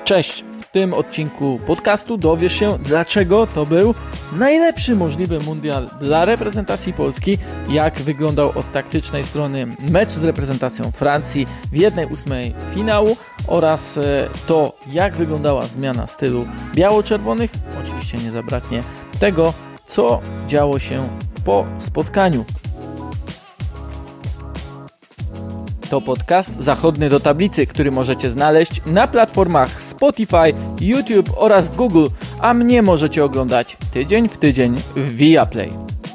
Cześć! W tym odcinku podcastu dowiesz się, dlaczego to był najlepszy możliwy mundial dla reprezentacji Polski, jak wyglądał od taktycznej strony mecz z reprezentacją Francji w 1/8 finału oraz to, jak wyglądała zmiana stylu biało-czerwonych. Oczywiście nie zabraknie tego, co działo się po spotkaniu. To podcast Zachodny do Tablicy, który możecie znaleźć na platformach Spotify, YouTube oraz Google, a mnie możecie oglądać tydzień w tydzień w Viaplay.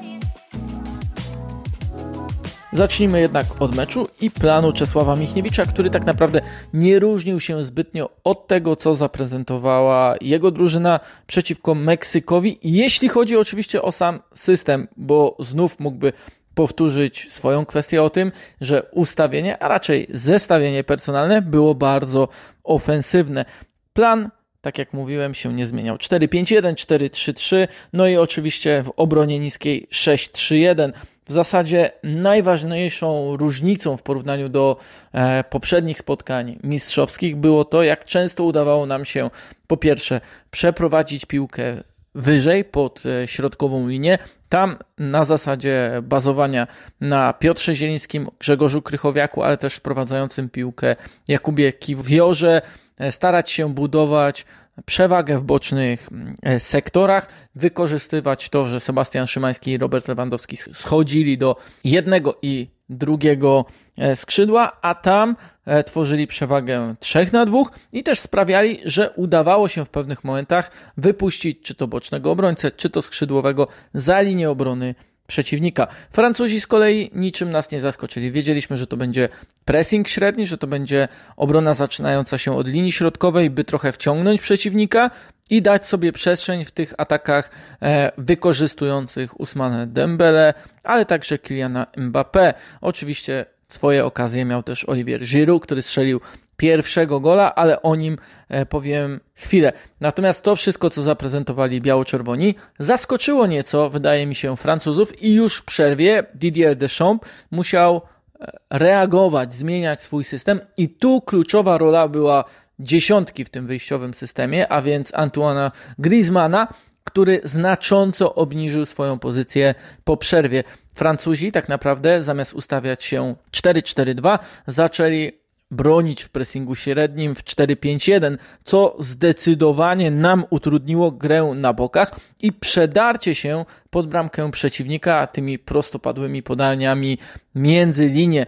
Zacznijmy jednak od meczu i planu Czesława Michniewicza, który tak naprawdę nie różnił się zbytnio od tego, co zaprezentowała jego drużyna przeciwko Meksykowi, jeśli chodzi oczywiście o sam system, bo znów mógłby powtórzyć swoją kwestię o tym, że ustawienie, a raczej zestawienie personalne było bardzo ofensywne. Plan, tak jak mówiłem, się nie zmieniał. 4-5-1, 4-3-3, no i oczywiście w obronie niskiej 6-3-1. W zasadzie najważniejszą różnicą w porównaniu do poprzednich spotkań mistrzowskich było to, jak często udawało nam się po pierwsze przeprowadzić piłkę wyżej pod środkową linię. Tam na zasadzie bazowania na Piotrze Zielińskim, Grzegorzu Krychowiaku, ale też wprowadzającym piłkę Jakubie Kiwiorze, starać się budować przewagę w bocznych sektorach, wykorzystywać to, że Sebastian Szymański i Robert Lewandowski schodzili do jednego i drugiego skrzydła, a tam tworzyli przewagę 3-2 i też sprawiali, że udawało się w pewnych momentach wypuścić czy to bocznego obrońcę, czy to skrzydłowego za linię obrony przeciwnika. Francuzi z kolei niczym nas nie zaskoczyli. Wiedzieliśmy, że to będzie pressing średni, że to będzie obrona zaczynająca się od linii środkowej, by trochę wciągnąć przeciwnika i dać sobie przestrzeń w tych atakach wykorzystujących Ousmane Dembele, ale także Kyliana Mbappé. Oczywiście swoje okazje miał też Olivier Giroud, który strzelił pierwszego gola, ale o nim powiem chwilę. Natomiast to wszystko, co zaprezentowali biało-czerwoni, zaskoczyło nieco, wydaje mi się, Francuzów i już w przerwie Didier Deschamps musiał reagować, zmieniać swój system i tu kluczowa rola była dziesiątki w tym wyjściowym systemie, a więc Antoine'a Griezmana, który znacząco obniżył swoją pozycję po przerwie. Francuzi tak naprawdę zamiast ustawiać się 4-4-2 zaczęli bronić w pressingu średnim w 4-5-1, co zdecydowanie nam utrudniło grę na bokach i przedarcie się pod bramkę przeciwnika tymi prostopadłymi podaniami między linie.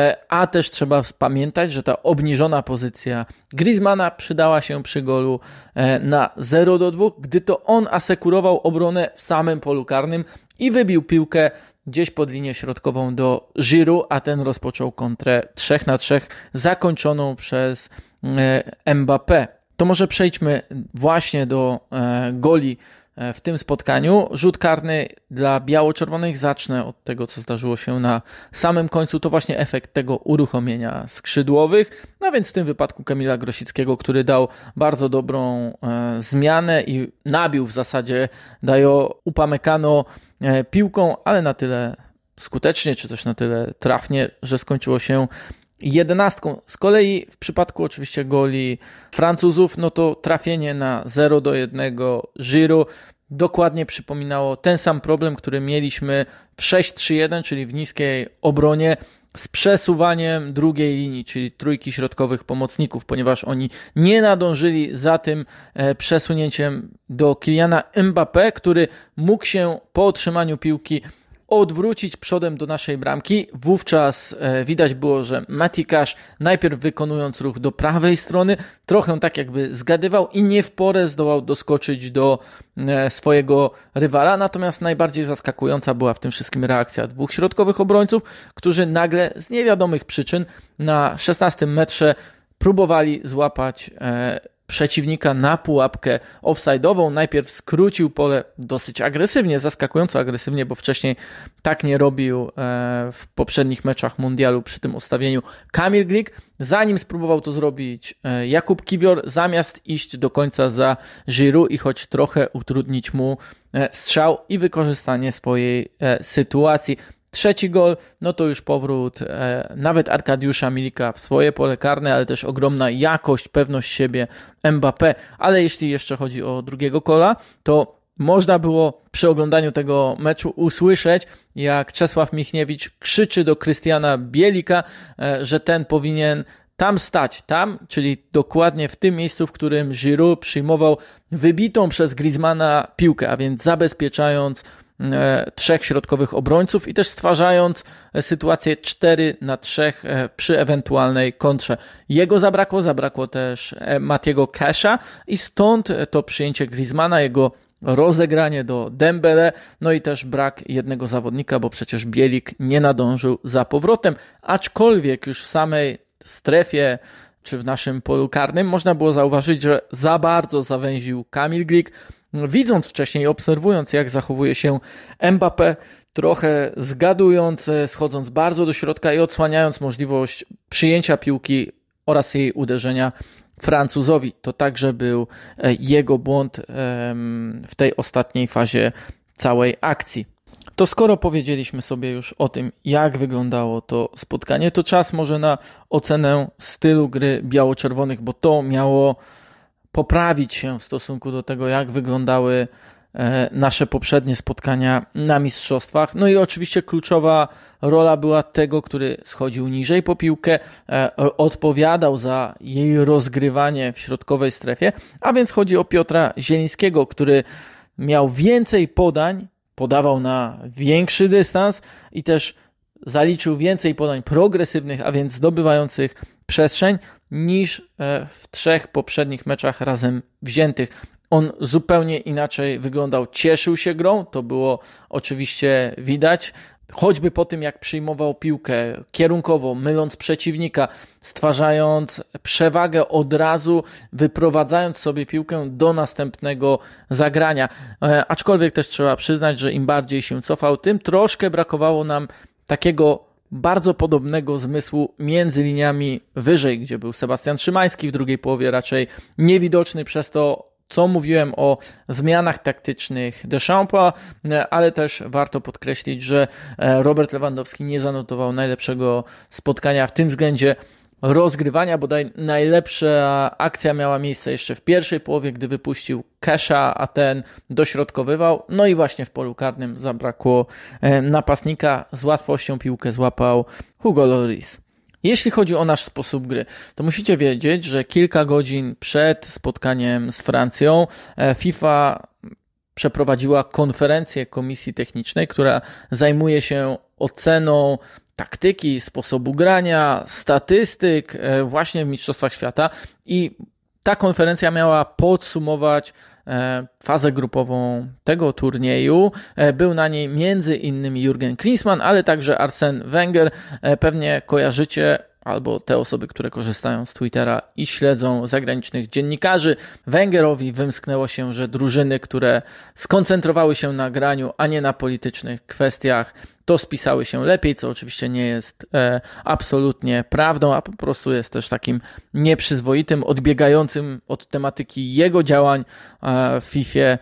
A też trzeba pamiętać, że ta obniżona pozycja Griezmana przydała się przy golu na 0-2, gdy to on asekurował obronę w samym polu karnym i wybił piłkę gdzieś pod linię środkową do Giroud, a ten rozpoczął kontrę 3-3 zakończoną przez Mbappé. To może przejdźmy właśnie do goli w tym spotkaniu. Rzut karny dla biało-czerwonych. Zacznę od tego, co zdarzyło się na samym końcu. To właśnie efekt tego uruchomienia skrzydłowych. No więc w tym wypadku Kamila Grosickiego, który dał bardzo dobrą zmianę i nabił w zasadzie Dayo Upamecano piłką, ale na tyle skutecznie, czy też na tyle trafnie, że skończyło się 11. Z kolei w przypadku oczywiście goli Francuzów, no to trafienie na 0-1 Giroud dokładnie przypominało ten sam problem, który mieliśmy w 6-3-1, czyli w niskiej obronie, z przesuwaniem drugiej linii, czyli trójki środkowych pomocników, ponieważ oni nie nadążyli za tym przesunięciem do Kyliana Mbappé, który mógł się po otrzymaniu piłki odwrócić przodem do naszej bramki. Wówczas widać było, że Matty Cash najpierw wykonując ruch do prawej strony, trochę tak jakby zgadywał i nie w porę zdołał doskoczyć do swojego rywala. Natomiast najbardziej zaskakująca była w tym wszystkim reakcja dwóch środkowych obrońców, którzy nagle z niewiadomych przyczyn na 16 metrze próbowali złapać przeciwnika na pułapkę offside'ową. Najpierw skrócił pole dosyć agresywnie, zaskakująco agresywnie, bo wcześniej tak nie robił w poprzednich meczach mundialu przy tym ustawieniu Kamil Glik. Zanim spróbował to zrobić Jakub Kiwior, zamiast iść do końca za Giroud i choć trochę utrudnić mu strzał i wykorzystanie swojej sytuacji. Trzeci gol, no to już powrót nawet Arkadiusza Milika w swoje pole karne, ale też ogromna jakość, pewność siebie Mbappé. Ale jeśli jeszcze chodzi o drugiego gola, to można było przy oglądaniu tego meczu usłyszeć, jak Czesław Michniewicz krzyczy do Krystiana Bielika, że ten powinien tam stać, czyli dokładnie w tym miejscu, w którym Giroud przyjmował wybitą przez Griezmana piłkę, a więc zabezpieczając trzech środkowych obrońców i też stwarzając sytuację 4-3 przy ewentualnej kontrze. Jego zabrakło też Matiego Casha i stąd to przyjęcie Griezmana, jego rozegranie do Dembele, no i też brak jednego zawodnika, bo przecież Bielik nie nadążył za powrotem, aczkolwiek już w samej strefie czy w naszym polu karnym można było zauważyć, że za bardzo zawęził Kamil Glik, widząc wcześniej, obserwując jak zachowuje się Mbappé, trochę zgadując, schodząc bardzo do środka i odsłaniając możliwość przyjęcia piłki oraz jej uderzenia Francuzowi. To także był jego błąd w tej ostatniej fazie całej akcji. To skoro powiedzieliśmy sobie już o tym, jak wyglądało to spotkanie, to czas może na ocenę stylu gry biało-czerwonych, bo to miało poprawić się w stosunku do tego, jak wyglądały nasze poprzednie spotkania na mistrzostwach. No i oczywiście kluczowa rola była tego, który schodził niżej po piłkę, odpowiadał za jej rozgrywanie w środkowej strefie, a więc chodzi o Piotra Zielińskiego, który miał więcej podań, podawał na większy dystans i też zaliczył więcej podań progresywnych, a więc zdobywających przestrzeń niż w trzech poprzednich meczach razem wziętych. On zupełnie inaczej wyglądał, cieszył się grą, to było oczywiście widać, choćby po tym jak przyjmował piłkę kierunkowo, myląc przeciwnika, stwarzając przewagę od razu, wyprowadzając sobie piłkę do następnego zagrania. Aczkolwiek też trzeba przyznać, że im bardziej się cofał, tym troszkę brakowało nam takiego bardzo podobnego zmysłu między liniami wyżej, gdzie był Sebastian Szymański w drugiej połowie raczej niewidoczny, przez to co mówiłem o zmianach taktycznych Deschampa, ale też warto podkreślić, że Robert Lewandowski nie zanotował najlepszego spotkania w tym względzie rozgrywania, bodaj najlepsza akcja miała miejsce jeszcze w pierwszej połowie, gdy wypuścił Casha, a ten dośrodkowywał, no i właśnie w polu karnym zabrakło napastnika, z łatwością piłkę złapał Hugo Lloris. Jeśli chodzi o nasz sposób gry, to musicie wiedzieć, że kilka godzin przed spotkaniem z Francją FIFA przeprowadziła konferencję komisji technicznej, która zajmuje się oceną taktyki, sposobu grania, statystyk właśnie w Mistrzostwach Świata i ta konferencja miała podsumować fazę grupową tego turnieju. Był na niej m.in. Jurgen Klinsmann, ale także Arsène Wenger. Pewnie kojarzycie, albo te osoby, które korzystają z Twittera i śledzą zagranicznych dziennikarzy. Wengerowi wymsknęło się, że drużyny, które skoncentrowały się na graniu, a nie na politycznych kwestiach, to spisały się lepiej, co oczywiście nie jest absolutnie prawdą, a po prostu jest też takim nieprzyzwoitym, odbiegającym od tematyki jego działań w FIFA,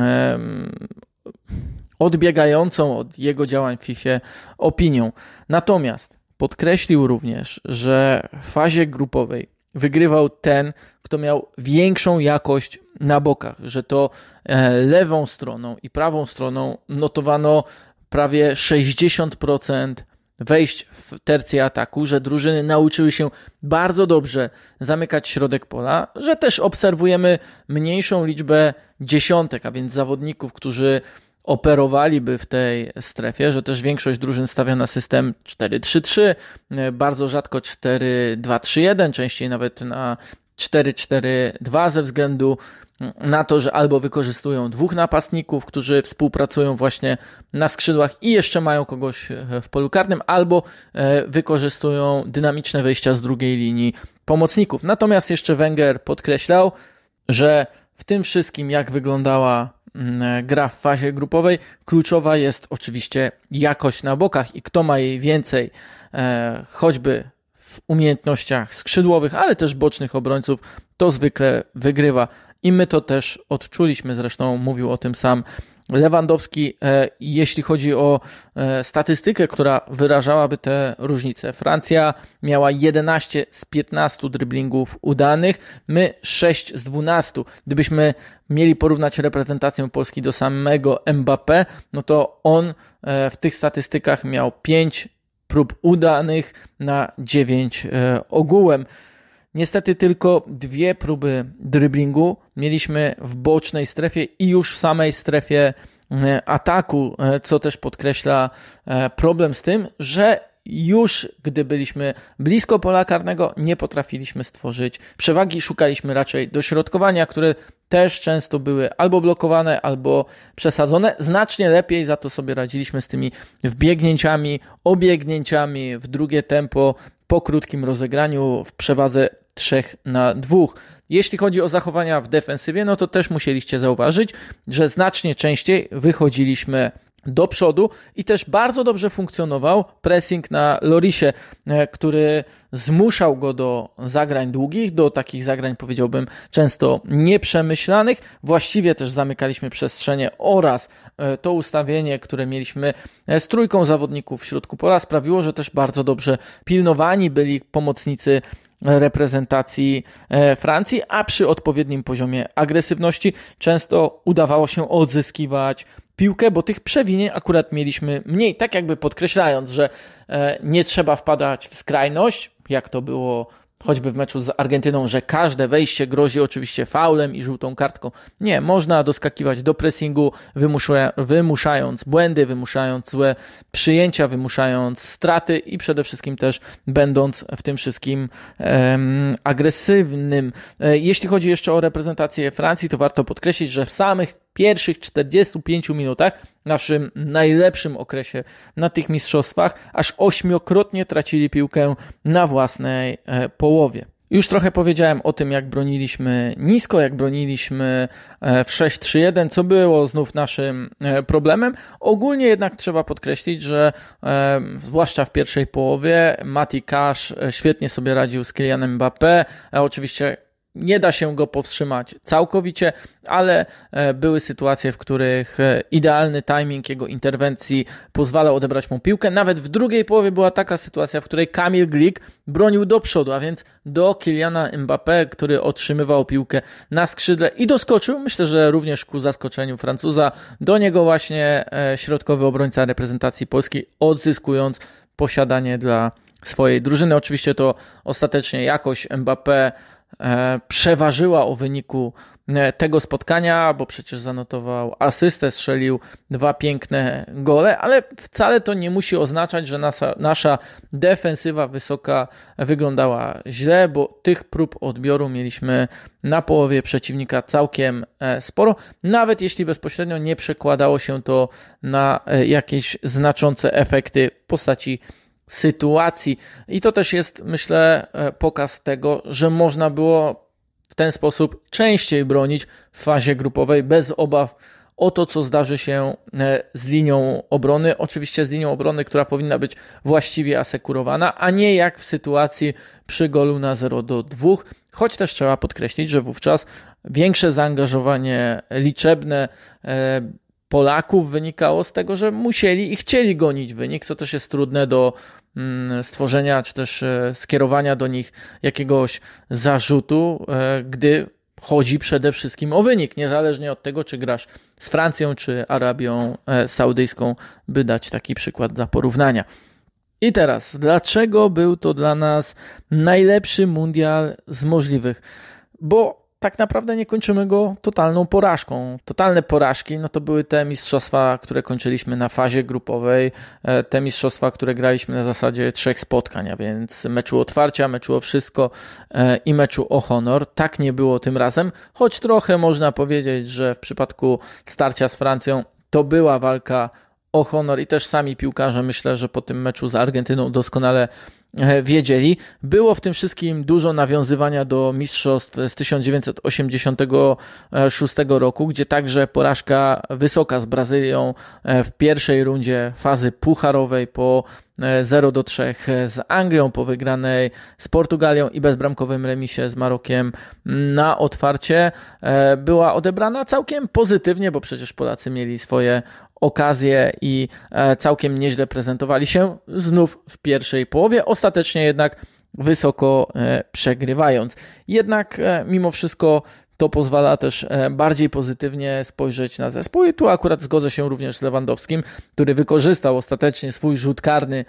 odbiegającą od jego działań w FIFA opinią. Natomiast podkreślił również, że w fazie grupowej wygrywał ten, kto miał większą jakość na bokach, że to lewą stroną i prawą stroną notowano prawie 60% wejść w tercję ataku, że drużyny nauczyły się bardzo dobrze zamykać środek pola, że też obserwujemy mniejszą liczbę dziesiątek, a więc zawodników, którzy operowaliby w tej strefie, że też większość drużyn stawia na system 4-3-3, bardzo rzadko 4-2-3-1, częściej nawet na 4-4-2 ze względu na to, że albo wykorzystują dwóch napastników, którzy współpracują właśnie na skrzydłach i jeszcze mają kogoś w polu karnym, albo wykorzystują dynamiczne wejścia z drugiej linii pomocników. Natomiast jeszcze Wenger podkreślał, że w tym wszystkim, jak wyglądała gra w fazie grupowej, kluczowa jest oczywiście jakość na bokach i kto ma jej więcej, choćby w umiejętnościach skrzydłowych, ale też bocznych obrońców, to zwykle wygrywa. I my to też odczuliśmy, zresztą mówił o tym sam Lewandowski, jeśli chodzi o statystykę, która wyrażałaby te różnice. Francja miała 11 z 15 dryblingów udanych, my 6 z 12. Gdybyśmy mieli porównać reprezentację Polski do samego Mbappé, no to on w tych statystykach miał 5 prób udanych na 9 ogółem. Niestety tylko 2 próby driblingu mieliśmy w bocznej strefie i już w samej strefie ataku, co też podkreśla problem z tym, że już gdy byliśmy blisko pola karnego, nie potrafiliśmy stworzyć przewagi, szukaliśmy raczej dośrodkowania, które też często były albo blokowane, albo przesadzone. Znacznie lepiej za to sobie radziliśmy z tymi wbiegnięciami, obiegnięciami w drugie tempo po krótkim rozegraniu w przewadze 3-2. Jeśli chodzi o zachowania w defensywie, no to też musieliście zauważyć, że znacznie częściej wychodziliśmy do przodu i też bardzo dobrze funkcjonował pressing na Llorisie, który zmuszał go do zagrań długich, do takich zagrań, powiedziałbym, często nieprzemyślanych. Właściwie też zamykaliśmy przestrzenie oraz to ustawienie, które mieliśmy z trójką zawodników w środku pola, sprawiło, że też bardzo dobrze pilnowani byli pomocnicy reprezentacji Francji, a przy odpowiednim poziomie agresywności często udawało się odzyskiwać piłkę, bo tych przewinień akurat mieliśmy mniej, tak jakby podkreślając, że nie trzeba wpadać w skrajność, jak to było choćby w meczu z Argentyną, że każde wejście grozi oczywiście faulem i żółtą kartką. Nie, można doskakiwać do pressingu, wymuszając błędy, wymuszając złe przyjęcia, wymuszając straty i przede wszystkim też będąc w tym wszystkim agresywnym. Jeśli chodzi jeszcze o reprezentację Francji, to warto podkreślić, że w samych pierwszych 45 minutach, naszym najlepszym okresie na tych mistrzostwach, aż 8-krotnie tracili piłkę na własnej połowie. Już trochę powiedziałem o tym, jak broniliśmy nisko, jak broniliśmy w 6-3-1, co było znów naszym problemem. Ogólnie jednak trzeba podkreślić, że zwłaszcza w pierwszej połowie Mati Cash świetnie sobie radził z Kylianem Mbappé. Oczywiście nie da się go powstrzymać całkowicie, ale były sytuacje, w których idealny timing jego interwencji pozwalał odebrać mu piłkę. Nawet w drugiej połowie była taka sytuacja, w której Kamil Glik bronił do przodu, a więc do Kyliana Mbappé, który otrzymywał piłkę na skrzydle i doskoczył, myślę, że również ku zaskoczeniu Francuza, do niego właśnie środkowy obrońca reprezentacji Polski, odzyskując posiadanie dla swojej drużyny. Oczywiście to ostatecznie jakość Mbappé przeważyła o wyniku tego spotkania, bo przecież zanotował asystę, strzelił 2 piękne gole, ale wcale to nie musi oznaczać, że nasza defensywa wysoka wyglądała źle, bo tych prób odbioru mieliśmy na połowie przeciwnika całkiem sporo, nawet jeśli bezpośrednio nie przekładało się to na jakieś znaczące efekty w postaci sytuacji. I to też jest, myślę, pokaz tego, że można było w ten sposób częściej bronić w fazie grupowej bez obaw o to, co zdarzy się z linią obrony. Oczywiście z linią obrony, która powinna być właściwie asekurowana, a nie jak w sytuacji przy golu na 0-2. Choć też trzeba podkreślić, że wówczas większe zaangażowanie liczebne Polaków wynikało z tego, że musieli i chcieli gonić wynik, co też jest trudne do stworzenia, czy też skierowania do nich jakiegoś zarzutu, gdy chodzi przede wszystkim o wynik, niezależnie od tego, czy grasz z Francją, czy Arabią Saudyjską, by dać taki przykład dla porównania. I teraz, dlaczego był to dla nas najlepszy mundial z możliwych? Bo tak naprawdę nie kończymy go totalną porażką. Totalne porażki no to były te mistrzostwa, które kończyliśmy na fazie grupowej, te mistrzostwa, które graliśmy na zasadzie 3 spotkań, a więc meczu otwarcia, meczu o wszystko i meczu o honor. Tak nie było tym razem, choć trochę można powiedzieć, że w przypadku starcia z Francją to była walka o honor i też sami piłkarze, myślę, że po tym meczu z Argentyną doskonale wiedzieli. Było w tym wszystkim dużo nawiązywania do mistrzostw z 1986 roku, gdzie także porażka wysoka z Brazylią w pierwszej rundzie fazy pucharowej po 0-3 z Anglią, po wygranej z Portugalią i bezbramkowym remisie z Marokiem na otwarcie była odebrana całkiem pozytywnie, bo przecież Polacy mieli swoje okazje i całkiem nieźle prezentowali się znów w pierwszej połowie, ostatecznie jednak wysoko przegrywając. Jednak mimo wszystko to pozwala też bardziej pozytywnie spojrzeć na zespół i tu akurat zgodzę się również z Lewandowskim, który wykorzystał ostatecznie swój rzut karny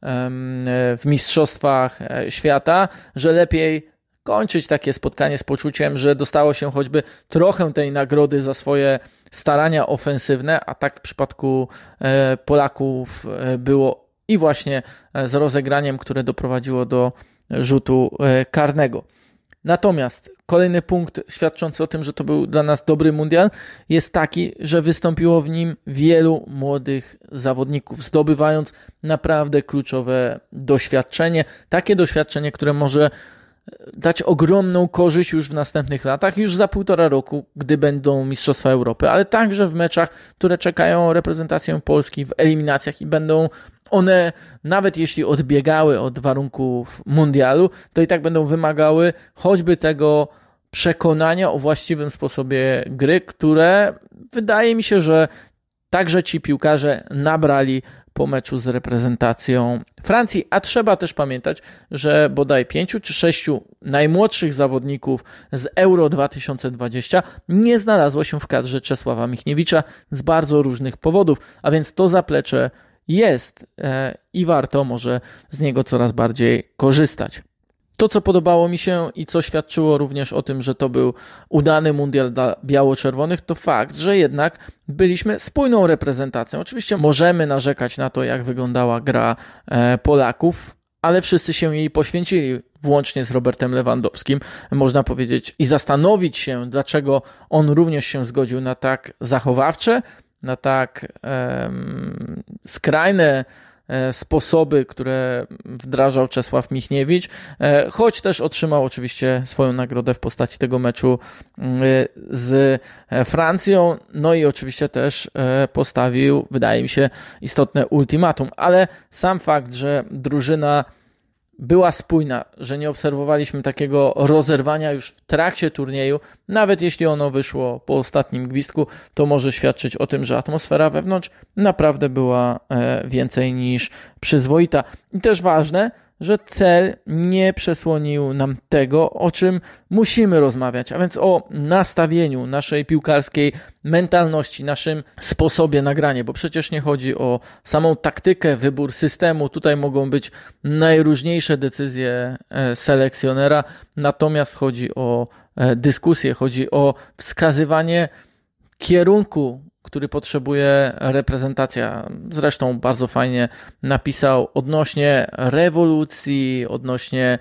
w Mistrzostwach Świata, że lepiej kończyć takie spotkanie z poczuciem, że dostało się choćby trochę tej nagrody za swoje starania ofensywne, a tak w przypadku Polaków było i właśnie z rozegraniem, które doprowadziło do rzutu karnego. Natomiast kolejny punkt świadczący o tym, że to był dla nas dobry mundial, jest taki, że wystąpiło w nim wielu młodych zawodników, zdobywając naprawdę kluczowe doświadczenie. Takie doświadczenie, które może dać ogromną korzyść już w następnych latach, już za 1,5 roku, gdy będą Mistrzostwa Europy, ale także w meczach, które czekają reprezentację Polski w eliminacjach i będą one, nawet jeśli odbiegały od warunków mundialu, to i tak będą wymagały choćby tego przekonania o właściwym sposobie gry, które wydaje mi się, że także ci piłkarze nabrali po meczu z reprezentacją Francji, a trzeba też pamiętać, że bodaj 5 czy 6 najmłodszych zawodników z Euro 2020 nie znalazło się w kadrze Czesława Michniewicza z bardzo różnych powodów, a więc to zaplecze jest i warto może z niego coraz bardziej korzystać. To, co podobało mi się i co świadczyło również o tym, że to był udany mundial dla biało-czerwonych, to fakt, że jednak byliśmy spójną reprezentacją. Oczywiście możemy narzekać na to, jak wyglądała gra Polaków, ale wszyscy się jej poświęcili, włącznie z Robertem Lewandowskim, można powiedzieć, i zastanowić się, dlaczego on również się zgodził na tak zachowawcze, na tak skrajne sposoby, które wdrażał Czesław Michniewicz, choć też otrzymał oczywiście swoją nagrodę w postaci tego meczu z Francją, no i oczywiście też postawił, wydaje mi się, istotne ultimatum, ale sam fakt, że drużyna była spójna, że nie obserwowaliśmy takiego rozerwania już w trakcie turnieju, nawet jeśli ono wyszło po ostatnim gwizdku, to może świadczyć o tym, że atmosfera wewnątrz naprawdę była więcej niż przyzwoita. I też ważne, że cel nie przesłonił nam tego, o czym musimy rozmawiać, a więc o nastawieniu naszej piłkarskiej mentalności, naszym sposobie na granie, bo przecież nie chodzi o samą taktykę, wybór systemu, tutaj mogą być najróżniejsze decyzje selekcjonera, natomiast chodzi o dyskusję, chodzi o wskazywanie kierunku, który potrzebuje reprezentacja. Zresztą bardzo fajnie napisał odnośnie rewolucji, odnośnie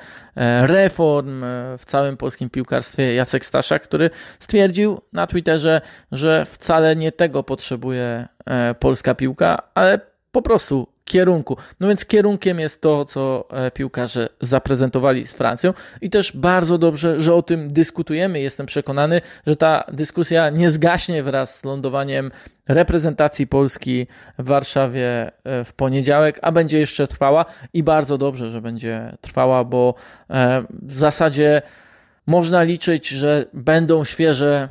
reform w całym polskim piłkarstwie Jacek Staszak, który stwierdził na Twitterze, że wcale nie tego potrzebuje polska piłka, ale po prostu kierunku. No więc kierunkiem jest to, co piłkarze zaprezentowali z Francją i też bardzo dobrze, że o tym dyskutujemy. Jestem przekonany, że ta dyskusja nie zgaśnie wraz z lądowaniem reprezentacji Polski w Warszawie w poniedziałek, a będzie jeszcze trwała i bardzo dobrze, że będzie trwała, bo w zasadzie można liczyć, że będą świeże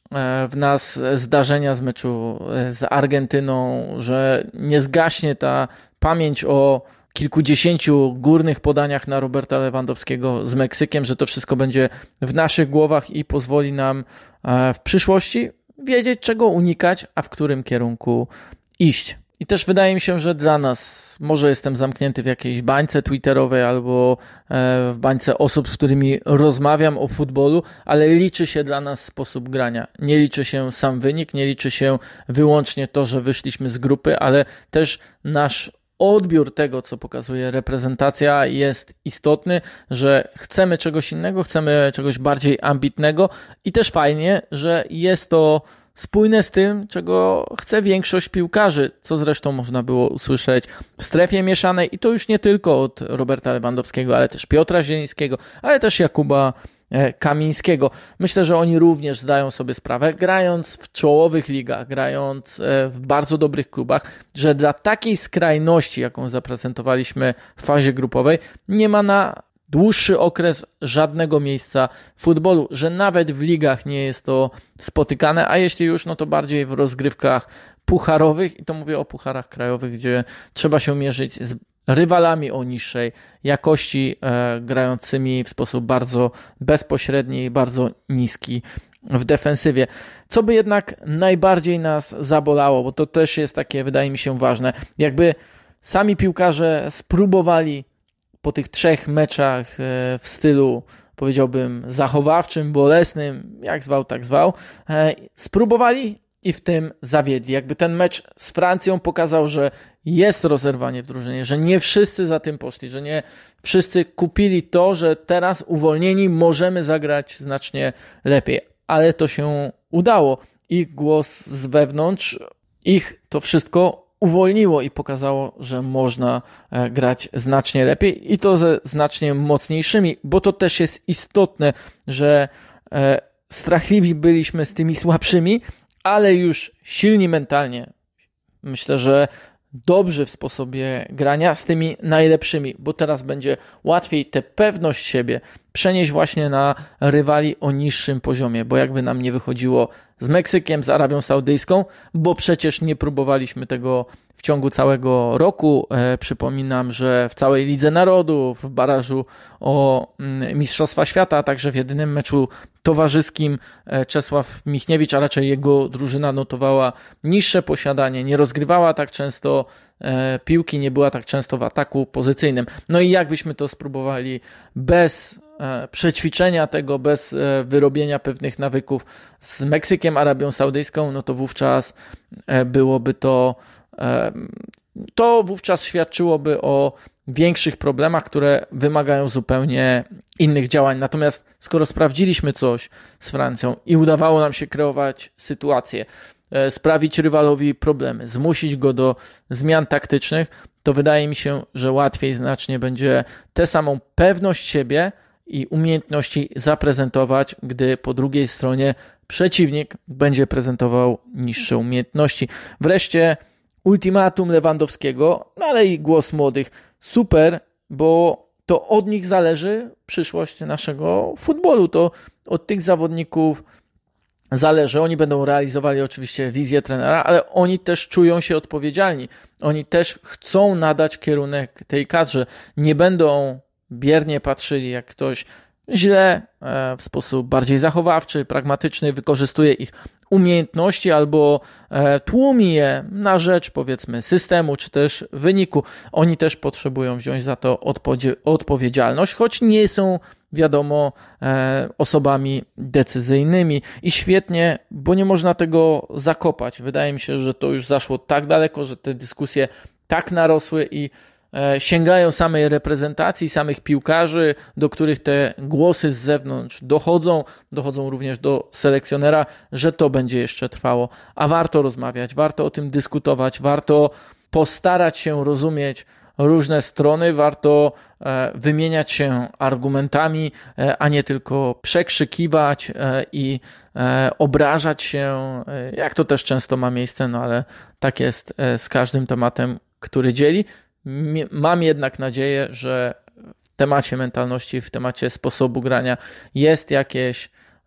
w nas zdarzenia z meczu z Argentyną, że nie zgaśnie ta pamięć o kilkudziesięciu górnych podaniach na Roberta Lewandowskiego z Meksykiem, że to wszystko będzie w naszych głowach i pozwoli nam w przyszłości wiedzieć, czego unikać, a w którym kierunku iść. I też wydaje mi się, że dla nas, może jestem zamknięty w jakiejś bańce twitterowej albo w bańce osób, z którymi rozmawiam o futbolu, ale liczy się dla nas sposób grania. Nie liczy się sam wynik, nie liczy się wyłącznie to, że wyszliśmy z grupy, ale też nasz odbiór tego, co pokazuje reprezentacja, jest istotny, że chcemy czegoś innego, chcemy czegoś bardziej ambitnego i też fajnie, że jest to spójne z tym, czego chce większość piłkarzy, co zresztą można było usłyszeć w strefie mieszanej i to już nie tylko od Roberta Lewandowskiego, ale też Piotra Zielińskiego, ale też Jakuba Kamińskiego. Myślę, że oni również zdają sobie sprawę, grając w czołowych ligach, grając w bardzo dobrych klubach, że dla takiej skrajności, jaką zaprezentowaliśmy w fazie grupowej, nie ma na dłuższy okres żadnego miejsca w futbolu, że nawet w ligach nie jest to spotykane, a jeśli już, no to bardziej w rozgrywkach pucharowych i to mówię o pucharach krajowych, gdzie trzeba się mierzyć z rywalami o niższej jakości, grającymi w sposób bardzo bezpośredni i bardzo niski w defensywie. Co by jednak najbardziej nas zabolało, bo to też jest takie, wydaje mi się, ważne. Jakby sami piłkarze spróbowali po tych 3 meczach w stylu, powiedziałbym, zachowawczym, bolesnym, jak zwał, tak zwał, spróbowali i w tym zawiedli. Jakby ten mecz z Francją pokazał, że jest rozerwanie w drużynie, że nie wszyscy za tym poszli, że nie wszyscy kupili to, że teraz uwolnieni możemy zagrać znacznie lepiej. Ale to się udało. Ich głos z wewnątrz, ich to wszystko uwolniło i pokazało, że można grać znacznie lepiej i to ze znacznie mocniejszymi, bo to też jest istotne, że strachliwi byliśmy z tymi słabszymi, ale już silni mentalnie. Myślę, że dobrzy w sposobie grania z tymi najlepszymi, bo teraz będzie łatwiej tę pewność siebie przenieść właśnie na rywali o niższym poziomie, bo jakby nam nie wychodziło z Meksykiem, z Arabią Saudyjską, bo przecież nie próbowaliśmy tego w ciągu całego roku. Przypominam, że w całej Lidze Narodów, w barażu o Mistrzostwa Świata, a także w jedynym meczu towarzyskim Czesław Michniewicz, a raczej jego drużyna notowała niższe posiadanie, nie rozgrywała tak często piłki, nie była tak często w ataku pozycyjnym. No i jakbyśmy to spróbowali bez przećwiczenia tego, bez wyrobienia pewnych nawyków z Meksykiem, Arabią Saudyjską, no to wówczas byłoby to wówczas świadczyłoby o większych problemach, które wymagają zupełnie innych działań. Natomiast skoro sprawdziliśmy coś z Francją i udawało nam się kreować sytuację, sprawić rywalowi problemy, zmusić go do zmian taktycznych, to wydaje mi się, że łatwiej znacznie będzie tę samą pewność siebie i umiejętności zaprezentować, gdy po drugiej stronie przeciwnik będzie prezentował niższe umiejętności. Wreszcie ultimatum Lewandowskiego, no ale i głos młodych. Super, bo to od nich zależy przyszłość naszego futbolu. To od tych zawodników zależy. Oni będą realizowali oczywiście wizję trenera, ale oni też czują się odpowiedzialni. Oni też chcą nadać kierunek tej kadrze. Nie będą biernie patrzyli, jak ktoś źle, w sposób bardziej zachowawczy, pragmatyczny wykorzystuje ich umiejętności albo tłumi je na rzecz, powiedzmy, systemu czy też wyniku. Oni też potrzebują wziąć za to odpowiedzialność, choć nie są, wiadomo, osobami decyzyjnymi. I świetnie, bo nie można tego zakopać. Wydaje mi się, że to już zaszło tak daleko, że te dyskusje tak narosły i sięgają samej reprezentacji, samych piłkarzy, do których te głosy z zewnątrz dochodzą również do selekcjonera, że to będzie jeszcze trwało. A warto rozmawiać, warto o tym dyskutować, warto postarać się rozumieć różne strony, warto wymieniać się argumentami, a nie tylko przekrzykiwać i obrażać się, jak to też często ma miejsce, no ale tak jest z każdym tematem, który dzieli. Mam jednak nadzieję, że w temacie mentalności, w temacie sposobu grania jest jakieś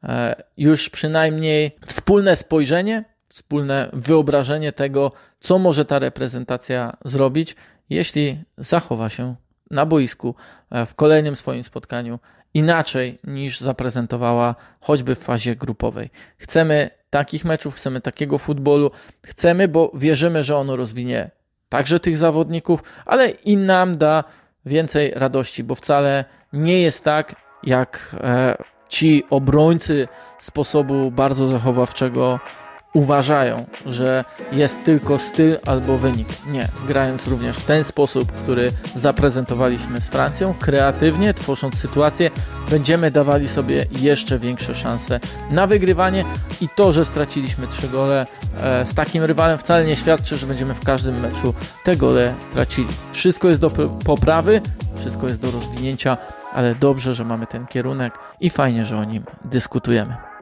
już przynajmniej wspólne spojrzenie, wspólne wyobrażenie tego, co może ta reprezentacja zrobić, jeśli zachowa się na boisku w kolejnym swoim spotkaniu inaczej niż zaprezentowała choćby w fazie grupowej. Chcemy takich meczów, chcemy takiego futbolu, chcemy, bo wierzymy, że ono rozwinie także tych zawodników, ale i nam da więcej radości, bo wcale nie jest tak, jak ci obrońcy sposobu bardzo zachowawczego uważają, że jest tylko styl albo wynik. Nie, grając również w ten sposób, który zaprezentowaliśmy z Francją, kreatywnie tworząc sytuację, będziemy dawali sobie jeszcze większe szanse na wygrywanie i to, że straciliśmy 3 gole z takim rywalem wcale nie świadczy, że będziemy w każdym meczu te gole tracili. Wszystko jest do poprawy, wszystko jest do rozwinięcia, ale dobrze, że mamy ten kierunek i fajnie, że o nim dyskutujemy.